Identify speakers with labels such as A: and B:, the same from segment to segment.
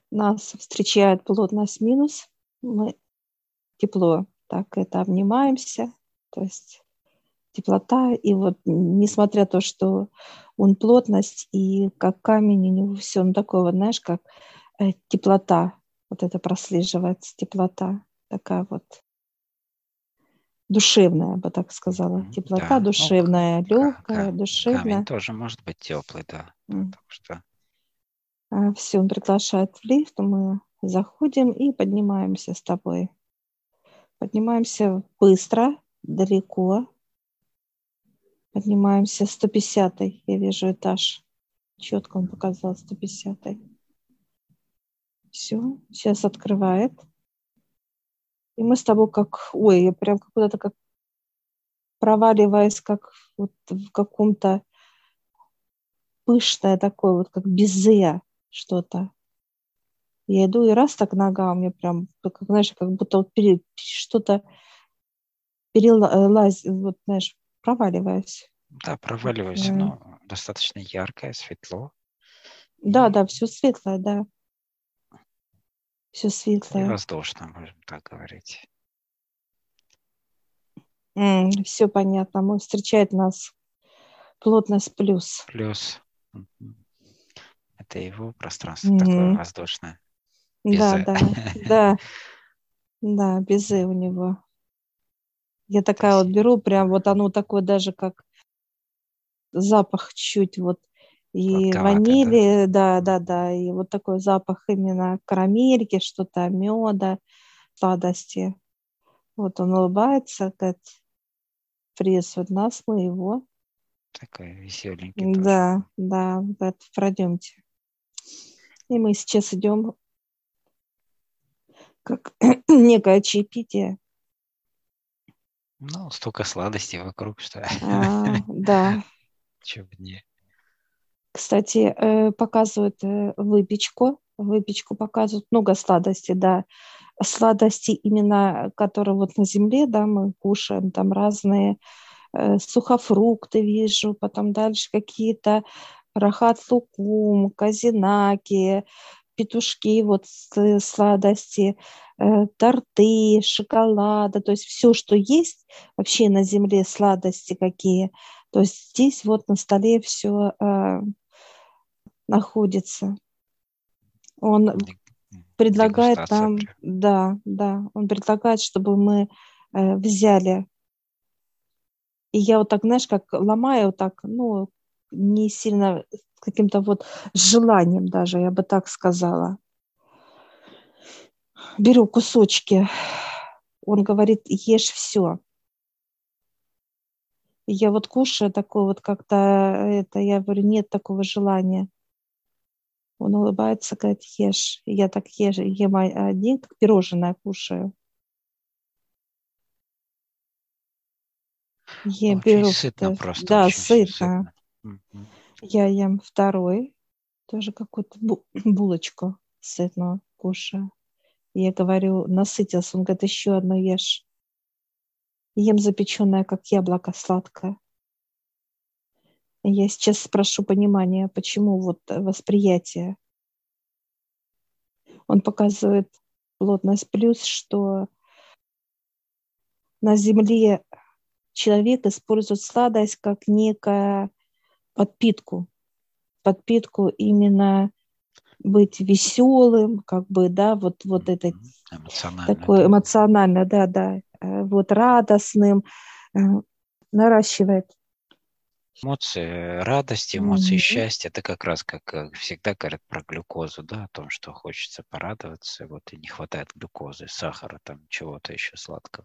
A: Нас встречает плотность минус, мы тепло, так это обнимаемся, то есть теплота. И вот несмотря на то, что он плотность и как камень, у него все, он такой вот, знаешь, как теплота, вот это прослеживается, теплота такая вот душевная, я бы так сказала. Теплота
B: Да, ну,
A: душевная, легкая,
B: камень
A: душевная.
B: тоже может быть теплый, да. Потому что
A: Все, он приглашает в лифт, мы заходим и поднимаемся с тобой. Поднимаемся быстро, далеко. Поднимаемся 150-й, я вижу этаж. Четко он показал 150-й. Все, сейчас открывает. И мы с тобой как, ой, я прям куда-то как проваливаясь, как вот в каком-то пышное такое, вот как безе что-то. Я иду, и раз так нога у меня прям, как, знаешь, как будто вот что-то перелазит, вот, знаешь, проваливаясь.
B: да, проваливайся, но достаточно яркое, светло
A: Да,
B: и,
A: да, все светлое, да, все
B: и
A: светлое.
B: воздушно, можем так говорить.
A: Все понятно. Мы встречает нас плотность плюс.
B: Плюс это его пространство такое
A: Мгм.
B: воздушное, без
A: Да, да, да, да, безе у него. Я
B: То
A: такая
B: есть,
A: вот беру, прям вот оно такое даже как запах чуть вот и
B: сладковатый, да?
A: ванили, да, да, да, и вот такой запах именно карамельки, что-то меда, сладости. Вот он улыбается, говорит, приветствует нас, мы его.
B: Такой веселенький тоже.
A: Да, да, говорит, пройдемте. И мы сейчас идем как некое чаепитие.
B: Ну, столько сладостей вокруг, что
A: Да,
B: чё бы не.
A: кстати, показывают выпечку. Выпечку показывают много сладостей, да. Сладости именно, которые вот на земле, да, мы кушаем, там разные сухофрукты вижу, потом дальше какие-то рахат лукум, казинаки, петушки, вот сладости, торты, шоколада, то есть все, что есть вообще на земле, сладости какие. То есть здесь вот на столе все находится. Он предлагает
B: Дегустация
A: нам,
B: прям.
A: да, да, он предлагает, чтобы мы взяли. И я вот так, знаешь, как ломаю, вот так, ну, не сильно с каким-то вот желанием даже, я бы так сказала. Беру кусочки. Он говорит, ешь все. И я вот кушаю такое вот как-то, это, я говорю, нет такого желания. Он улыбается, говорит, ешь. И я так ем один, как пирожное кушаю. Я
B: Ну, очень
A: беру,
B: сытно просто,
A: да,
B: очень все
A: сытно.
B: сытно. Мгм.
A: Я ем второй, тоже какую-то булочку сытную кушаю. Я говорю, насытился. Он говорит, еще одно ешь. Ем запеченное, как яблоко, сладкое. И я сейчас спрошу понимания, почему вот восприятие. Он показывает плотность плюс, что на Земле человек использует сладость как некую подпитку. Подпитку именно быть веселым, как бы, да, вот это
B: Эмоционально,
A: такое
B: да.
A: эмоционально, да, да, вот радостным, э, наращивает.
B: Эмоции радости, эмоции
A: Мгм.
B: счастья, это как раз, как всегда говорят про глюкозу, да, о том, что хочется порадоваться, вот и не хватает глюкозы, сахара, там чего-то еще сладкого.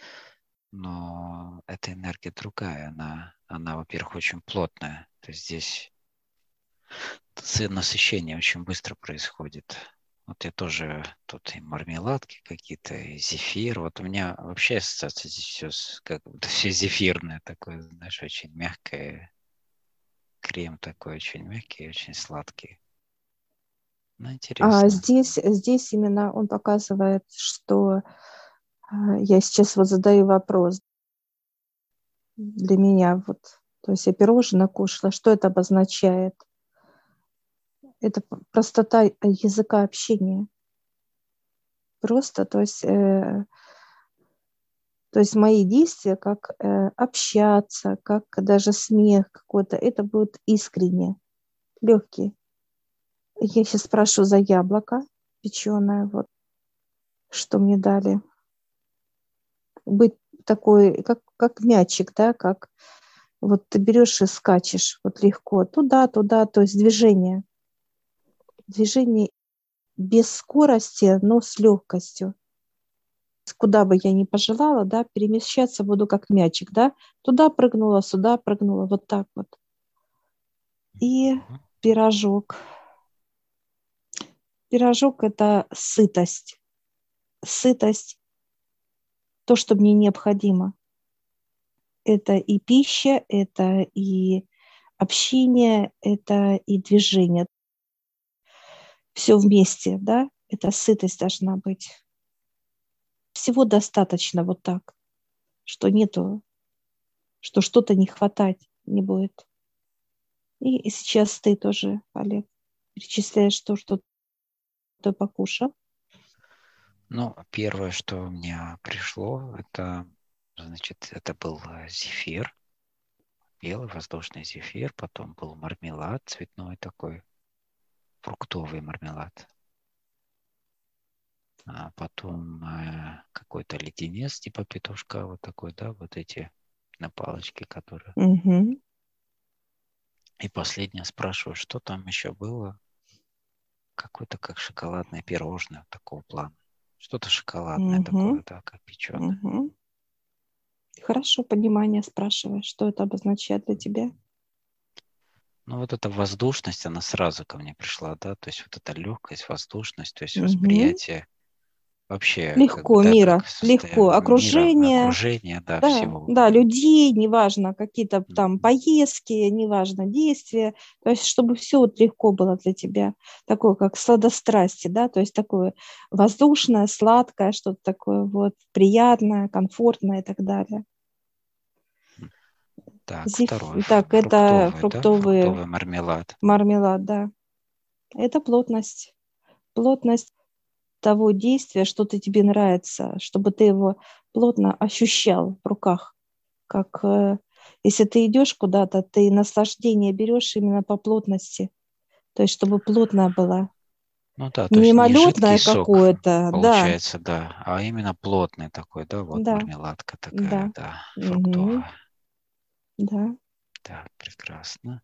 B: Но эта энергия другая, она, во-первых, очень плотная. То есть здесь насыщение очень быстро происходит. Вот я тоже тут и мармеладки какие-то, и зефир. Вот у меня вообще ассоциация здесь все как будто все зефирное такое, знаешь, очень мягкое. Крем такой очень мягкий, очень сладкий. Ну,
A: А
B: интересно.
A: здесь именно он показывает, что я сейчас вот задаю вопрос для меня. Вот, то есть я пирожное кушала, что это обозначает? Это простота языка общения. Просто, то есть мои действия, как общаться, как даже смех какой-то, это будет искренне, легкий. Я сейчас спрошу за яблоко печеное, вот, что мне дали. Быть такой, как мячик, да, как вот ты берешь и скачешь вот легко туда, то есть движение без скорости, но с легкостью. Куда бы я ни пожелала, да, перемещаться буду как мячик, да, туда прыгнула, сюда прыгнула, вот так вот. И пирожок. Пирожок – это сытость. Сытость, то, что мне необходимо. Это и пища, это и общение, это и движение. Все вместе, да, это сытость должна быть. Всего достаточно вот так, что нету, что что-то не хватать не будет. И сейчас ты тоже, Олег, перечисляешь то, что ты покушал.
B: Ну, первое, что у меня пришло, это, значит, это был зефир, белый воздушный зефир, потом был мармелад цветной такой, фруктовый мармелад. А потом какой-то леденец типа петушка, вот такой, да, вот эти на палочке, которые.
A: Угу.
B: И последнее спрашиваю, что там еще было? Какое-то как шоколадное пирожное такого плана. Что-то шоколадное
A: Угу.
B: такое, да, как печеное.
A: Угу. Хорошо, понимание спрашиваешь, что это обозначает для тебя?
B: Ну, вот эта воздушность, она сразу ко мне пришла, да, то есть вот эта легкость, воздушность, то есть
A: Угу.
B: восприятие вообще, как бы,
A: Легко,
B: да,
A: мира,
B: как
A: легко.
B: состояние мира,
A: Окружение,
B: окружения, да,
A: да,
B: всего.
A: да, людей, неважно, какие-то там
B: Мгм.
A: поездки, неважно, действия, то есть чтобы все вот легко было для тебя, такое как сладострастие, да, то есть такое воздушное, сладкое, что-то такое вот приятное, комфортное и так далее.
B: Так, второй,
A: Так, это
B: фруктовый, да,
A: фруктовый
B: фруктовый мармелад.
A: мармелад, да. Это плотность. Плотность того действия, что-то тебе нравится, чтобы ты его плотно ощущал в руках. Как если ты идешь куда-то, ты наслаждение берешь именно по плотности. То есть, чтобы плотная была.
B: Ну да, то
A: Не
B: есть не жидкий
A: мимолетное
B: сок,
A: какое-то, да,
B: получается, да, а именно плотный такой, да, вот
A: да,
B: мармеладка такая,
A: да,
B: да,
A: мгм,
B: фруктовая.
A: да,
B: Так, прекрасно.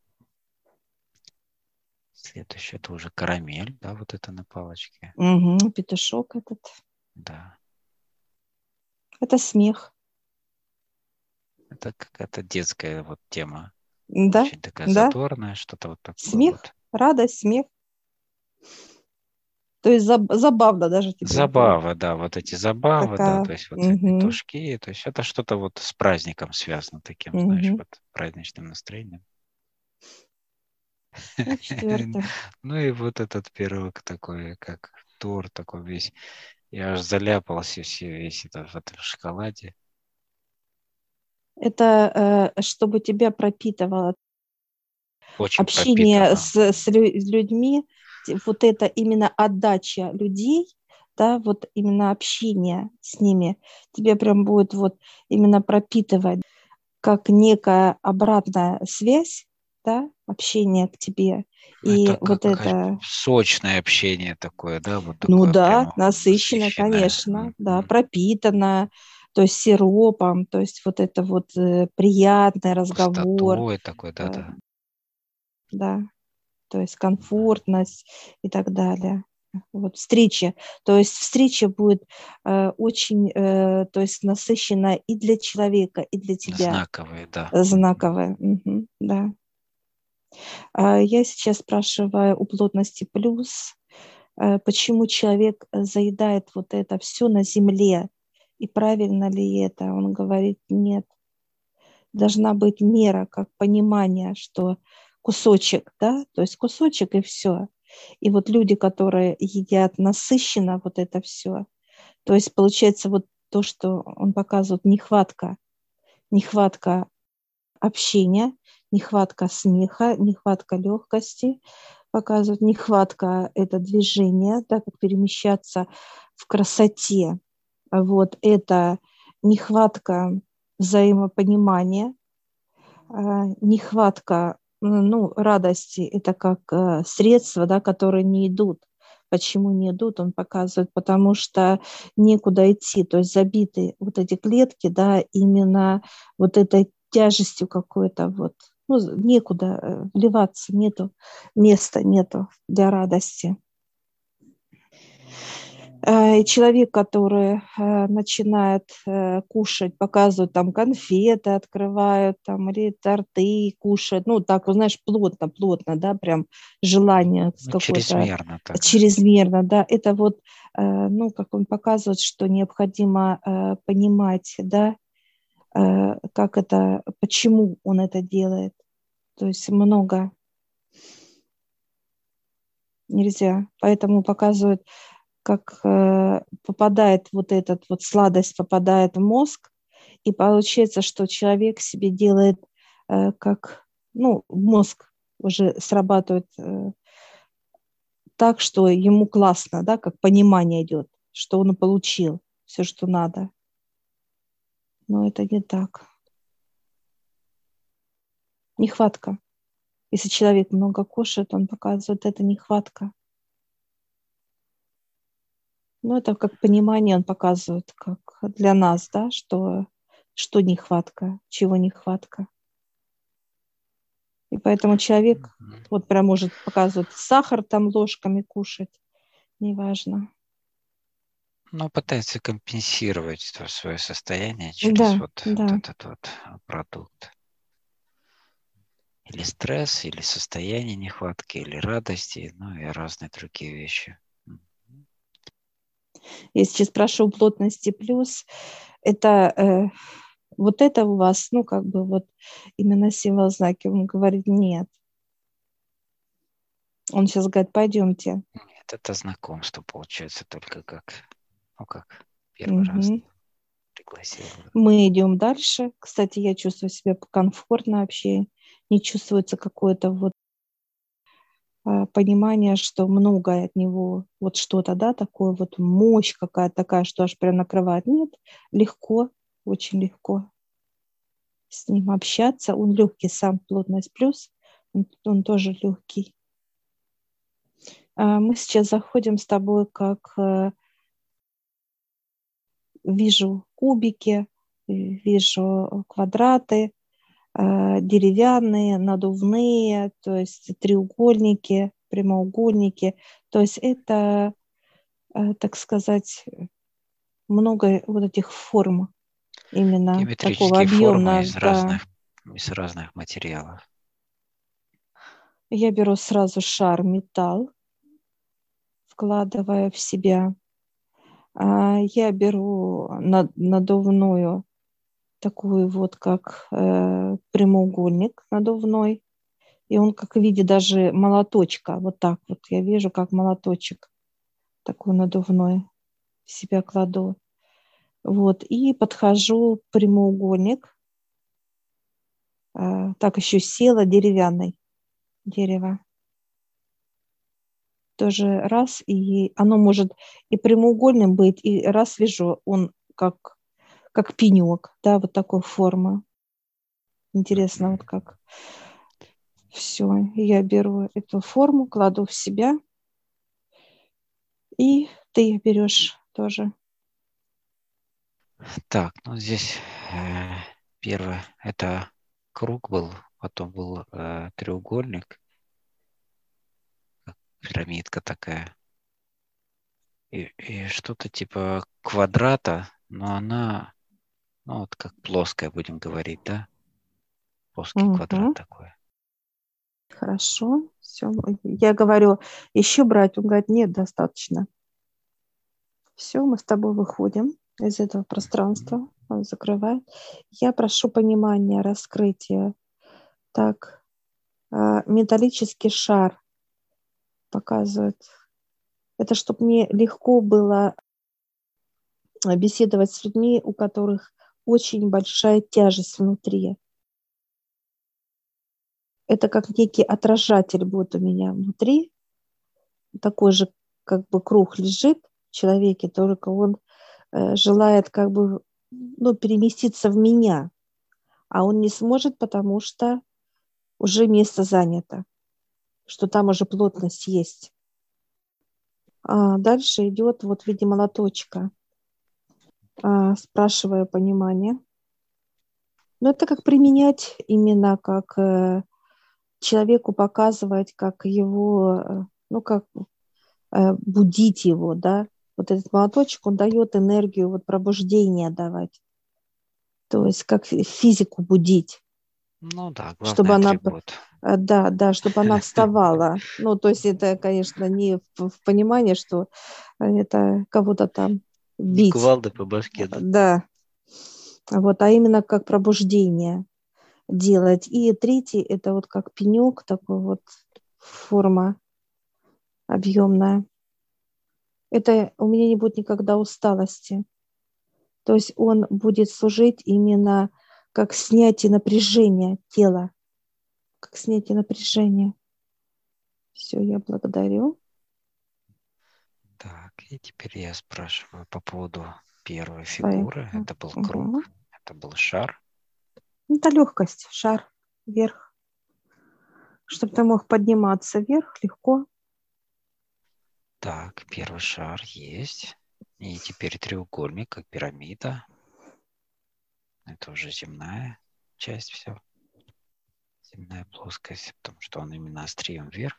B: Следующее это уже карамель, да, вот это на палочке.
A: мгм, петушок этот.
B: Да,
A: Это смех,
B: это какая-то детская вот тема,
A: да,
B: очень такая
A: да,
B: задорная, что-то вот такое
A: смех,
B: вот.
A: радость, смех. То есть забавно даже тебе будет.
B: Забава, да, вот эти забавы, да,
A: Такая,
B: то есть вот
A: мгм,
B: петушки, то есть это что-то вот с праздником связано таким, знаешь,
A: мгм.
B: вот праздничным настроением.
A: И четвертое.
B: Ну и вот этот пирог такой, как торт такой весь. Я аж заляпался весь это в этом шоколаде.
A: Это чтобы тебя пропитывало
B: Очень
A: общение
B: пропитано.
A: с людьми, вот это именно отдача людей, да, вот именно общение с ними, тебе прям будет вот именно пропитывать как некая обратная связь, да, общение к тебе.
B: Ну, это
A: И
B: как
A: вот это,
B: сочное общение такое, да, вот
A: ну
B: такое
A: да,
B: прямо
A: насыщенно,
B: насыщенное.
A: конечно, да,
B: Мгм.
A: пропитано, то есть сиропом, то есть вот это вот приятный разговор,
B: Густотой такой,
A: э,
B: да-да.
A: да, то есть
B: Мгм.
A: комфортность и так далее. Вот встреча, то есть встреча будет очень, то есть насыщенная и для человека, и для тебя,
B: Знаковые, да. Мгм.
A: знаковая, мгм, да. Я сейчас спрашиваю у плотности плюс, почему человек заедает вот это все на земле, и правильно ли это? Он говорит, нет, должна быть мера, как понимание, что кусочек, да, то есть кусочек и все. И вот люди, которые едят насыщенно вот это все, то есть получается вот то, что он показывает, нехватка общения, нехватка смеха, нехватка легкости, показывает нехватка это движение, да, как перемещаться в красоте. Вот это нехватка взаимопонимания, нехватка, ну, радости, это как средства, да, которые не идут. Почему не идут, он показывает, потому что некуда идти, то есть забиты вот эти клетки, да, именно вот этой тяжестью какой-то, вот, ну, некуда вливаться, нету места, нету для радости. И человек, который начинает кушать, показывают там конфеты, открывают там или торты кушают, ну так, вот, знаешь, плотно, да, прям желание с
B: Ну,
A: какой-то
B: чрезмерно так.
A: чрезмерно, да, это вот, ну, как он показывает, что необходимо понимать, да, как это, почему он это делает, то есть много нельзя, поэтому показывают, как попадает вот этот вот сладость попадает в мозг, и получается, что человек себе делает как, ну, мозг уже срабатывает так, что ему классно, да, как понимание идет, что он получил все, что надо. Но это не так. Нехватка. Если человек много кушает, он показывает, это нехватка. Ну, это как понимание он показывает, как для нас, да, что нехватка, чего нехватка. И поэтому человек вот прям может показывать сахар там ложками кушать, неважно.
B: Ну, пытается компенсировать свое состояние через
A: Да,
B: вот
A: да.
B: этот вот продукт. Или стресс, или состояние нехватки, или радости, ну и разные другие вещи.
A: Я сейчас спрошу плотности плюс, это вот это у вас, ну, как бы вот именно символ знаки, он говорит, нет. Он сейчас говорит, пойдемте.
B: Нет, это знакомство получается только как, ну как первый раз
A: Угу.
B: пригласил.
A: Мы идем дальше. Кстати, я чувствую себя комфортно вообще. Не чувствуется какое-то вот понимание, что многое от него, вот что-то, да, такое вот мощь какая-то такая, что аж прям накрывает. Нет, легко, очень легко с ним общаться. Он легкий сам, плотность плюс, он тоже легкий. Мы сейчас заходим с тобой, как вижу кубики, вижу квадраты, деревянные, надувные, то есть треугольники, прямоугольники. То есть это, так сказать, много вот этих форм именно такого
B: Геометрические формы
A: объемного, да.
B: из разных материалов.
A: Я беру сразу шар металл, вкладывая в себя. Я беру надувную, такую вот как прямоугольник надувной, и он как в виде даже молоточка, вот так вот я вижу, как молоточек такой надувной в себя кладу. Вот, и подхожу прямоугольник, так еще села деревянный, дерево. Тоже раз, и оно может и прямоугольным быть, и раз вижу, он как пенек, да, вот такой формы. Интересно, вот как. Все, я беру эту форму, кладу в себя, и ты берешь тоже.
B: Так, ну здесь первое, это круг был, потом был треугольник, пирамидка такая, и что-то типа квадрата, но она, ну вот как плоская, будем говорить, да? Плоский квадрат
A: Угу.
B: такой.
A: Хорошо, все. Я говорю, еще брать? Он говорит, нет, достаточно. Все, мы с тобой выходим из этого пространства. Он закрывает. Я прошу понимания, раскрытия. Так, металлический шар показывает. Это чтобы мне легко было беседовать с людьми, у которых очень большая тяжесть внутри. Это как некий отражатель будет у меня внутри. Такой же как бы круг лежит в человеке, только он желает как бы ну, переместиться в меня, а он не сможет, потому что уже место занято, что там уже плотность есть. А дальше идет вот в виде молоточка, спрашивая понимание. Но это как применять именно как человеку показывать, как его, ну как будить его, да. Вот этот молоточек, он дает энергию вот пробуждения давать, то есть как физику будить,
B: Ну да, главный
A: чтобы она,
B: атрибут.
A: да, да, чтобы она вставала. Ну, то есть это, конечно, не в понимании, что это кого-то там
B: Не
A: бить,
B: кувалды по башке, да?
A: да, вот, а именно как пробуждение делать. И третий, это вот как пенек, такой вот форма объемная. Это у меня не будет никогда усталости. То есть он будет служить именно как снятие напряжения тела, как снятие напряжения. Все, я благодарю.
B: Так, и теперь я спрашиваю по поводу первой
A: Свои.
B: фигуры. Это был
A: Угу.
B: круг, это был шар.
A: Это легкость, шар вверх. Чтобы ты мог подниматься вверх легко.
B: Так, первый шар есть. И теперь треугольник, как пирамида. Это уже земная часть, все. Земная плоскость, потому что он именно острием вверх.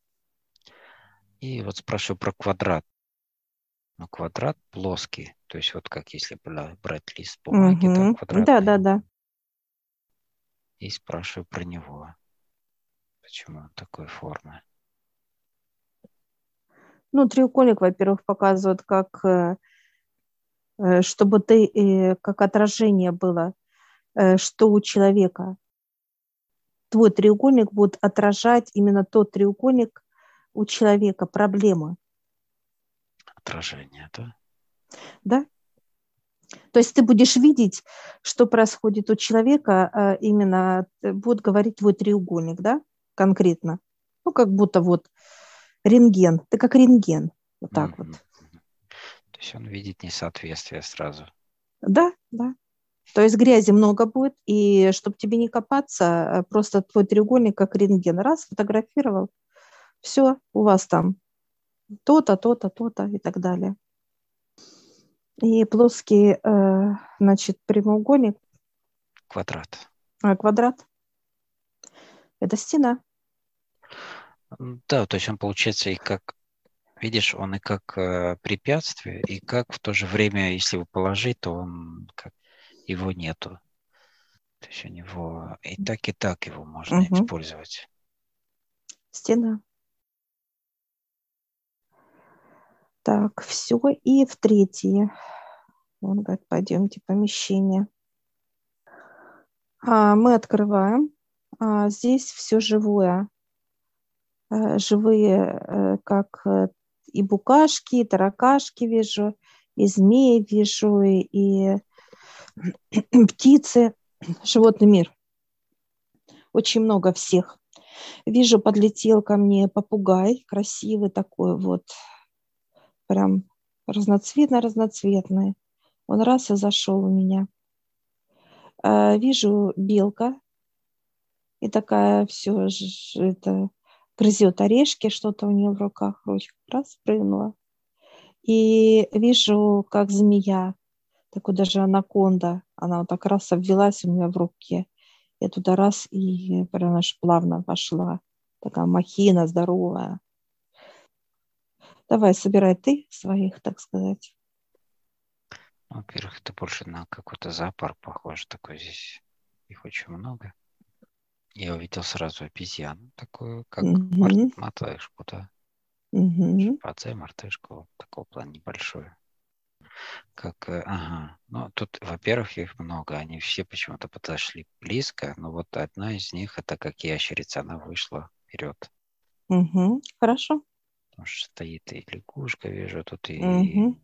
B: И вот спрашиваю про квадрат. Ну, квадрат плоский. То есть вот как если брать лист бумаги, да,
A: Угу. Да,
B: квадратный.
A: да, да.
B: И спрашиваю про него. Почему он такой формы?
A: Ну, треугольник, во-первых, показывает, как чтобы ты как отражение было, что у человека. Твой треугольник будет отражать именно тот треугольник у человека, проблемы.
B: Отражение, да?
A: Да? То есть ты будешь видеть, что происходит у человека, именно будет говорить твой треугольник, да, конкретно. Ну, как будто вот рентген. Ты как рентген. Вот так вот.
B: Мгм. То есть он видит несоответствие сразу.
A: Да, да. То есть грязи много будет, и чтобы тебе не копаться, просто твой треугольник как рентген. Раз, фотографировал, все, у вас там то-то, то-то, то-то и так далее. И плоский, значит, прямоугольник,
B: Квадрат.
A: квадрат– это стена.
B: Да, то есть он получается и как, видишь, он и как препятствие, и как в то же время, если его положить, то он как его нету. То есть у него и так его можно
A: Угу.
B: использовать.
A: Стена. Так, все. И в третье. Он говорит, пойдемте помещение. Мы открываем. Здесь все живое. Живые, как и букашки, и таракашки вижу, и змеи вижу, и птицы, животный мир. Очень много всех. Вижу, подлетел ко мне попугай, красивый такой вот, прям разноцветный. Он раз и зашел у меня. Вижу белка, и такая все это грызет орешки, что-то у нее в руках, ручка раз прыгнула. И вижу, как змея, такой даже анаконда, она вот так раз обвелась у меня в руке. Я туда раз и прям аж плавно вошла. Такая махина здоровая. Давай, собирай ты своих, так сказать.
B: Во-первых, это больше на какой-то зоопарк похоже. Такой здесь. Их очень много. Я увидел сразу обезьяну, такую, как
A: Угу,
B: мартышку, да.
A: угу,
B: Шимпанзе, мартышку, такого плана небольшую. Как, ага. Ну, тут, во-первых, их много. Они все почему-то подошли близко. Но вот одна из них, это как ящерица, она вышла вперед.
A: угу. Хорошо.
B: Потому что стоит и лягушка, вижу, тут
A: Угу,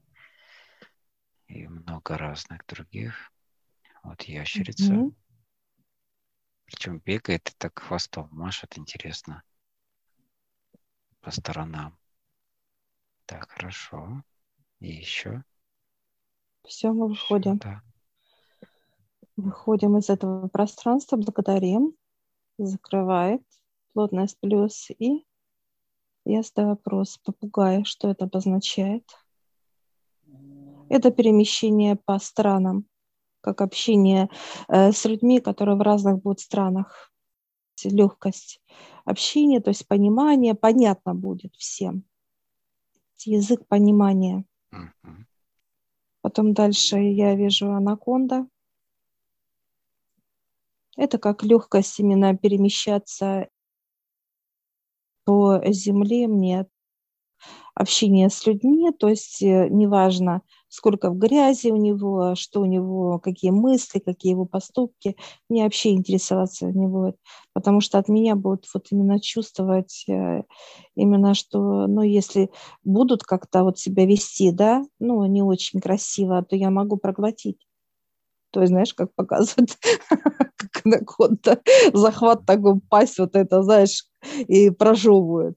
B: и много разных других. Вот ящерица.
A: угу.
B: Причем бегает и так хвостом машет, интересно, по сторонам. Так, хорошо. И еще.
A: Все, мы
B: Все,
A: выходим.
B: да.
A: Выходим из этого пространства, благодарим. Закрывает. Плотность плюс. И я задаю вопрос попугая, что это обозначает. Это перемещение по странам, как общение с людьми, которые в разных будут странах. Легкость общения, то есть понимание, понятно будет всем. Язык понимания.
B: Мгм.
A: Потом дальше я вижу анаконда. Это как легкость именно перемещаться по земле мне, общение с людьми, то есть неважно, сколько в грязи у него, что у него, какие мысли, какие его поступки, мне вообще интересоваться не будет, потому что от меня будут вот именно чувствовать именно, что, ну, если будут как-то вот себя вести, да, ну, не очень красиво, то я могу проглотить. То есть, знаешь, как показывают, как анаконда, захват такой, пасть вот это, знаешь, и прожевывают.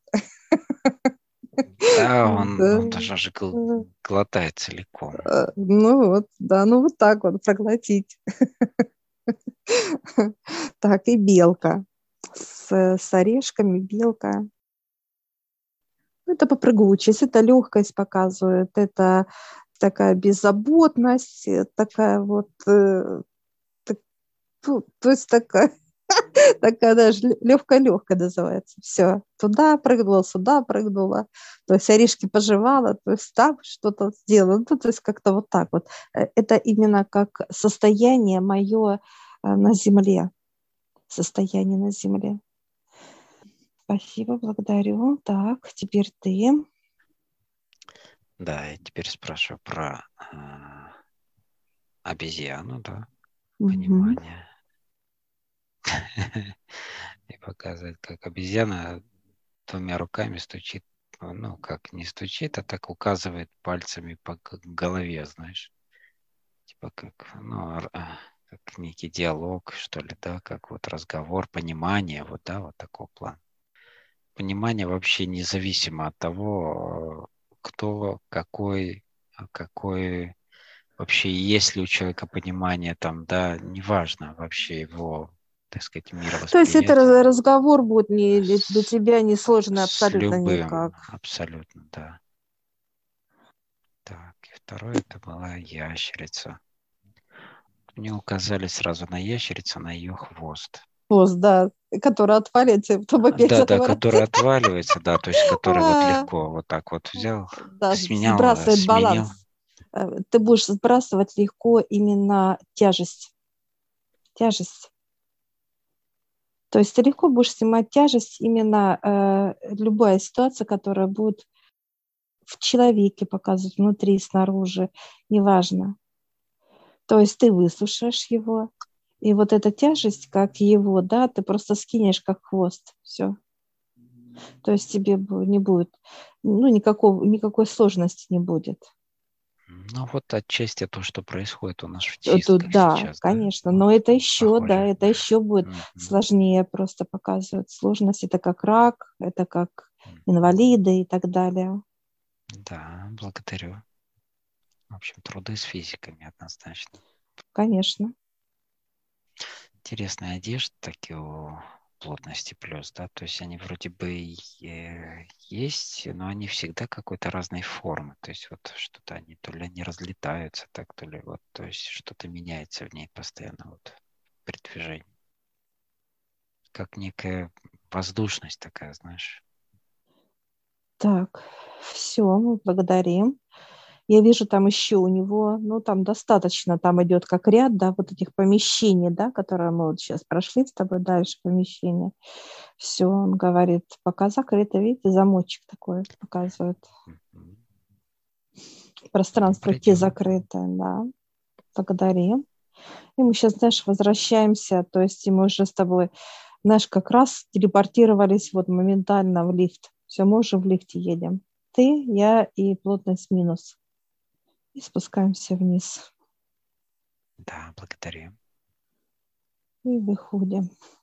B: Да,
A: Да.
B: он даже же глотает целиком.
A: Ну вот, да, ну вот так вот проглотить. Так, и белка. С орешками белка. Это попрыгучесть, это легкость показывает, это такая беззаботность, такая вот, то есть такая, такая даже легкая-легкая называется. Все, туда прыгнула, сюда прыгнула, то есть орешки пожевала, то есть там что-то сделала, ну, то есть как-то вот так вот. Это именно как состояние мое на земле, состояние на земле. Спасибо, благодарю. Так, теперь ты.
B: Да, я теперь спрашиваю про обезьяну, да,
A: Мгм.
B: понимание. И показывает, как обезьяна двумя руками стучит, ну, как не стучит, а так указывает пальцами по голове, знаешь. Типа как, ну, как некий диалог, что ли, да, как вот разговор, понимание, вот, да, вот такого плана. Понимание вообще независимо от того, кто, какой вообще есть ли у человека понимание там, да, неважно вообще его, так сказать,
A: То есть это
B: мировосприятие.
A: разговор будет не, для
B: С,
A: тебя не сложный
B: с
A: абсолютно
B: любым,
A: никак.
B: абсолютно, да. Так, и второе это была ящерица. Мне указали сразу на ящерицу, на ее хвост.
A: Пост, да, который отвалится, и потом опять
B: Да, да, который
A: отворачивается.
B: отваливается, да, то есть который вот легко вот так вот взял,
A: Да,
B: сменял,
A: сбрасывает
B: сменил.
A: баланс. Ты будешь сбрасывать легко именно тяжесть. Тяжесть. То есть ты легко будешь снимать тяжесть именно любая ситуация, которая будет в человеке показывать, внутри, снаружи, неважно. То есть ты выслушаешь его, и вот эта тяжесть, как его, да, ты просто скинешь как хвост, все. То есть тебе не будет, ну, никакой сложности не будет.
B: Ну вот отчасти то, что происходит у нас в чистках
A: Да,
B: сейчас, да,
A: конечно,
B: вот
A: но это еще, да,
B: похоже.
A: это еще будет
B: Мгм.
A: сложнее просто показывать сложность. Это как рак, это как
B: Мгм.
A: инвалиды и так далее.
B: Да, благодарю. В общем, труды с физиками однозначно.
A: Конечно.
B: Интересная одежда, таки у плотности плюс, да, то есть они вроде бы есть, но они всегда какой-то разной формы, то есть вот что-то они то ли они разлетаются так, то ли вот, то есть что-то меняется в ней постоянно вот при движении, как некая воздушность такая, знаешь.
A: Так, все, мы благодарим. Я вижу там еще у него, ну, там достаточно, там идет как ряд, да, вот этих помещений, да, которые мы вот сейчас прошли с тобой дальше, помещения. Все, он говорит, пока закрыто, видите, замочек такой показывает.
B: Мгм. Ну,
A: Пространство те
B: пройдем.
A: закрытое, да, благодарим. И мы сейчас, знаешь, возвращаемся, то есть и мы уже с тобой, знаешь, как раз телепортировались вот моментально в лифт. Все, мы уже в лифте едем. Ты, я и плотность минус. И спускаемся вниз.
B: Да, благодарю.
A: И выходим.